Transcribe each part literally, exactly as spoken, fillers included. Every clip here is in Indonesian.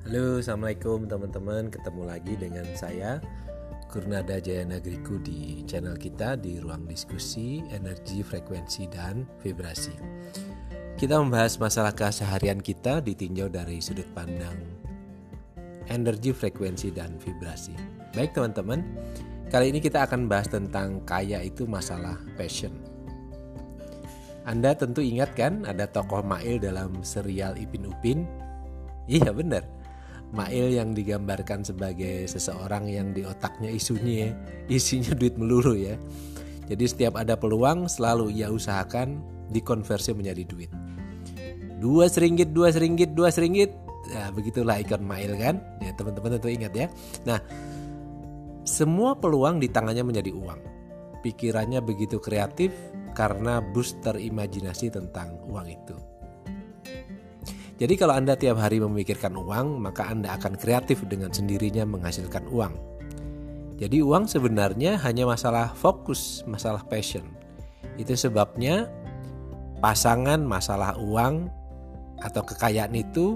Halo, Assalamualaikum teman-teman. Ketemu lagi dengan saya Gurnada Jaya Nagriku di channel kita di ruang diskusi energi, frekuensi, dan vibrasi. Kita membahas masalah keseharian kita ditinjau dari sudut pandang energi, frekuensi, dan vibrasi. Baik teman-teman, kali ini kita akan bahas tentang kaya itu masalah passion. Anda tentu ingat kan ada tokoh Mail dalam serial Ipin Upin? Iya benar, Mail yang digambarkan sebagai seseorang yang di otaknya isunya isinya duit melulu ya. Jadi setiap ada peluang selalu ia usahakan dikonversi menjadi duit. Dua seringgit, dua seringgit, dua seringgit. Nah, begitulah ikon Mail kan. Ya teman-teman tentu ingat ya. Nah, semua peluang di tangannya menjadi uang. Pikirannya begitu kreatif karena booster imajinasi tentang uang itu. Jadi kalau Anda tiap hari memikirkan uang, maka Anda akan kreatif dengan sendirinya menghasilkan uang. Jadi uang sebenarnya hanya masalah fokus, masalah passion. Itu sebabnya pasangan masalah uang atau kekayaan itu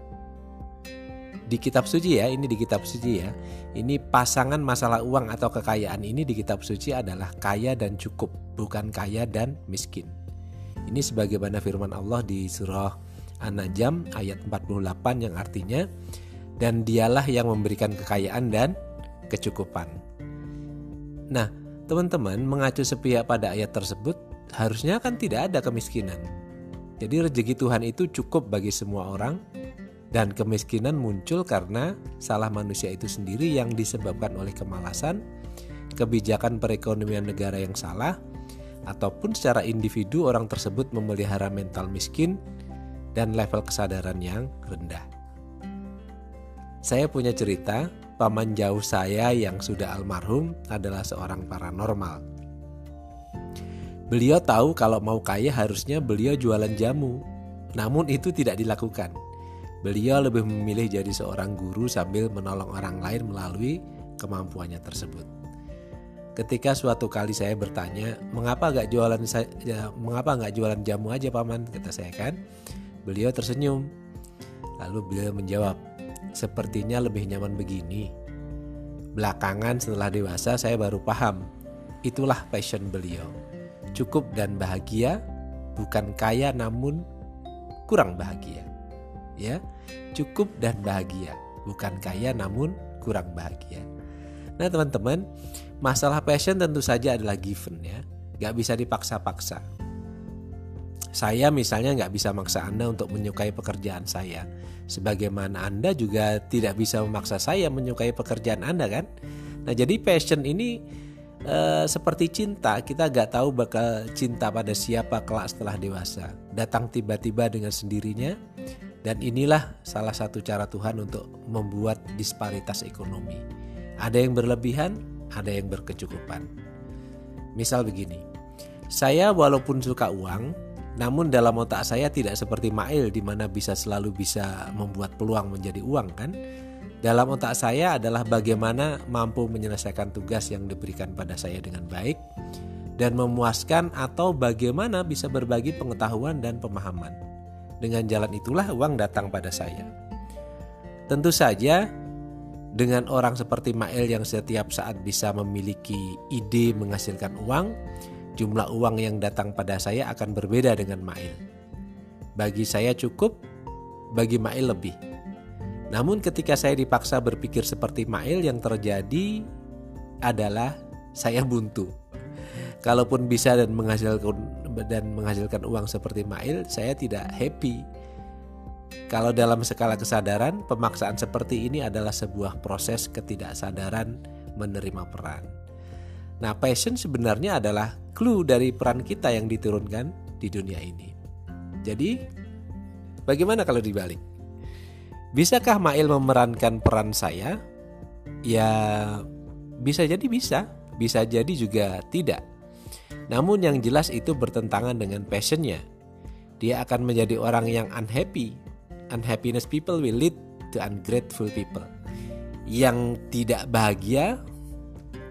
di kitab suci ya, ini di kitab suci ya. Ini pasangan masalah uang atau kekayaan ini di kitab suci adalah kaya dan cukup, bukan kaya dan miskin. Ini sebagaimana firman Allah di surah An-Najm ayat empat puluh delapan yang artinya, dan dialah yang memberikan kekayaan dan kecukupan. Nah, teman-teman mengacu sepihak pada ayat tersebut, harusnya kan tidak ada kemiskinan. Jadi rezeki Tuhan itu cukup bagi semua orang, dan kemiskinan muncul karena salah manusia itu sendiri yang disebabkan oleh kemalasan, kebijakan perekonomian negara yang salah, ataupun secara individu orang tersebut memelihara mental miskin dan level kesadaran yang rendah. Saya punya cerita, paman jauh saya yang sudah almarhum adalah seorang paranormal. Beliau tahu kalau mau kaya harusnya beliau jualan jamu, namun itu tidak dilakukan. Beliau lebih memilih jadi seorang guru sambil menolong orang lain melalui kemampuannya tersebut. Ketika suatu kali saya bertanya, mengapa nggak jualan ya, mengapa nggak jualan jamu aja paman? Kata saya kan. Beliau tersenyum. Lalu beliau menjawab, sepertinya lebih nyaman begini. Belakangan setelah dewasa saya baru paham, itulah passion beliau. Cukup dan bahagia, bukan kaya namun kurang bahagia. Ya, cukup dan bahagia, bukan kaya namun kurang bahagia. Nah teman-teman, masalah passion tentu saja adalah given ya, gak bisa dipaksa-paksa. Saya misalnya gak bisa maksa Anda untuk menyukai pekerjaan saya, sebagaimana Anda juga tidak bisa memaksa saya menyukai pekerjaan Anda kan. Nah jadi passion ini e, seperti cinta, kita gak tahu bakal cinta pada siapa kelak setelah dewasa, datang tiba-tiba dengan sendirinya. Dan inilah salah satu cara Tuhan untuk membuat disparitas ekonomi. Ada yang berlebihan, ada yang berkecukupan. Misal begini, saya walaupun suka uang, namun dalam otak saya tidak seperti Mail di mana bisa selalu bisa membuat peluang menjadi uang kan. Dalam otak saya adalah bagaimana mampu menyelesaikan tugas yang diberikan pada saya dengan baik dan memuaskan, atau bagaimana bisa berbagi pengetahuan dan pemahaman. Dengan jalan itulah uang datang pada saya. Tentu saja dengan orang seperti Mail yang setiap saat bisa memiliki ide menghasilkan uang, jumlah uang yang datang pada saya akan berbeda dengan Mail. Bagi saya cukup, bagi Mail lebih. Namun ketika saya dipaksa berpikir seperti Mail, yang terjadi adalah saya buntu. Kalaupun bisa dan menghasilkan dan menghasilkan uang seperti Mail, saya tidak happy. Kalau dalam skala kesadaran, pemaksaan seperti ini adalah sebuah proses ketidaksadaran menerima peran. Nah, passion sebenarnya adalah clue dari peran kita yang diturunkan di dunia ini. Jadi, bagaimana kalau dibalik? Bisakah Mail memerankan peran saya? Ya, bisa jadi bisa, bisa jadi juga tidak. Namun yang jelas itu bertentangan dengan passionnya. Dia akan menjadi orang yang unhappy. Unhappiness people will lead to ungrateful people. Yang tidak bahagia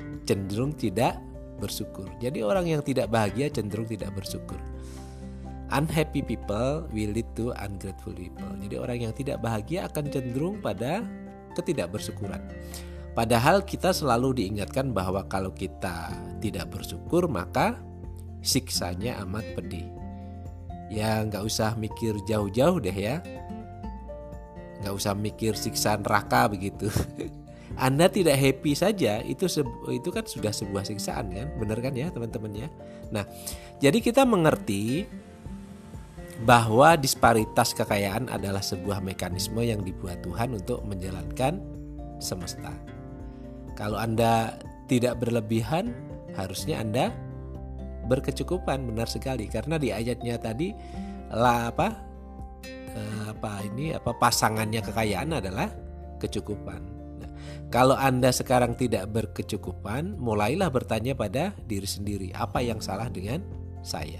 cenderung tidak bersyukur. Jadi orang yang tidak bahagia cenderung tidak bersyukur. unhappy people will lead to ungrateful people. Jadi orang yang tidak bahagia akan cenderung pada ketidakbersyukuran. Padahal kita selalu diingatkan bahwa kalau kita tidak bersyukur maka siksanya amat pedih. Ya nggak usah mikir jauh-jauh deh ya, nggak usah mikir siksa neraka begitu. Anda tidak happy saja itu itu kan sudah sebuah siksaan kan, benar kan ya teman-teman ya. Nah, jadi kita mengerti bahwa disparitas kekayaan adalah sebuah mekanisme yang dibuat Tuhan untuk menjalankan semesta. Kalau Anda tidak berlebihan, harusnya Anda berkecukupan, benar sekali. Karena di ayatnya tadi lah apa eh, apa ini apa pasangannya kekayaan adalah kecukupan. Kalau Anda sekarang tidak berkecukupan, mulailah bertanya pada diri sendiri, apa yang salah dengan saya?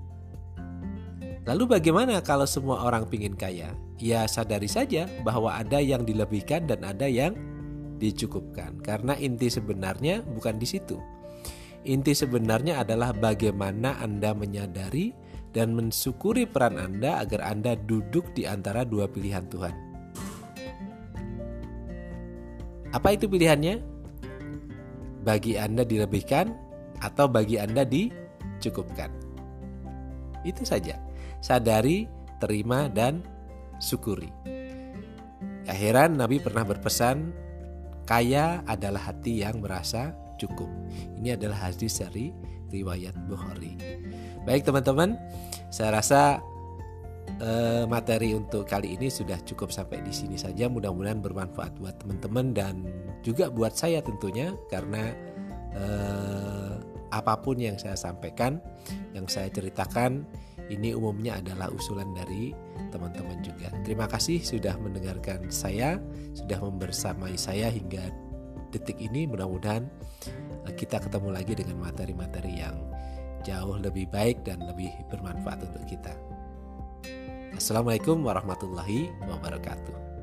Lalu bagaimana kalau semua orang pingin kaya? Ya sadari saja bahwa ada yang dilebihkan dan ada yang dicukupkan. Karena inti sebenarnya bukan di situ. Inti sebenarnya adalah bagaimana Anda menyadari dan mensyukuri peran Anda agar Anda duduk di antara dua pilihan Tuhan. Apa itu pilihannya? Bagi Anda dilebihkan atau bagi Anda dicukupkan. Itu saja. Sadari, terima, dan syukuri. Akhiran Nabi pernah berpesan, kaya adalah hati yang merasa cukup. Ini adalah hadis dari riwayat Bukhari. Baik teman-teman, saya rasa Uh, materi untuk kali ini sudah cukup sampai di sini saja. Mudah-mudahan bermanfaat buat teman-teman dan juga buat saya tentunya, karena uh, apapun yang saya sampaikan, yang saya ceritakan ini umumnya adalah usulan dari teman-teman juga. Terima kasih sudah mendengarkan saya, sudah membersamai saya hingga detik ini. Mudah-mudahan uh, kita ketemu lagi dengan materi-materi yang jauh lebih baik dan lebih bermanfaat untuk kita. Assalamualaikum warahmatullahi wabarakatuh.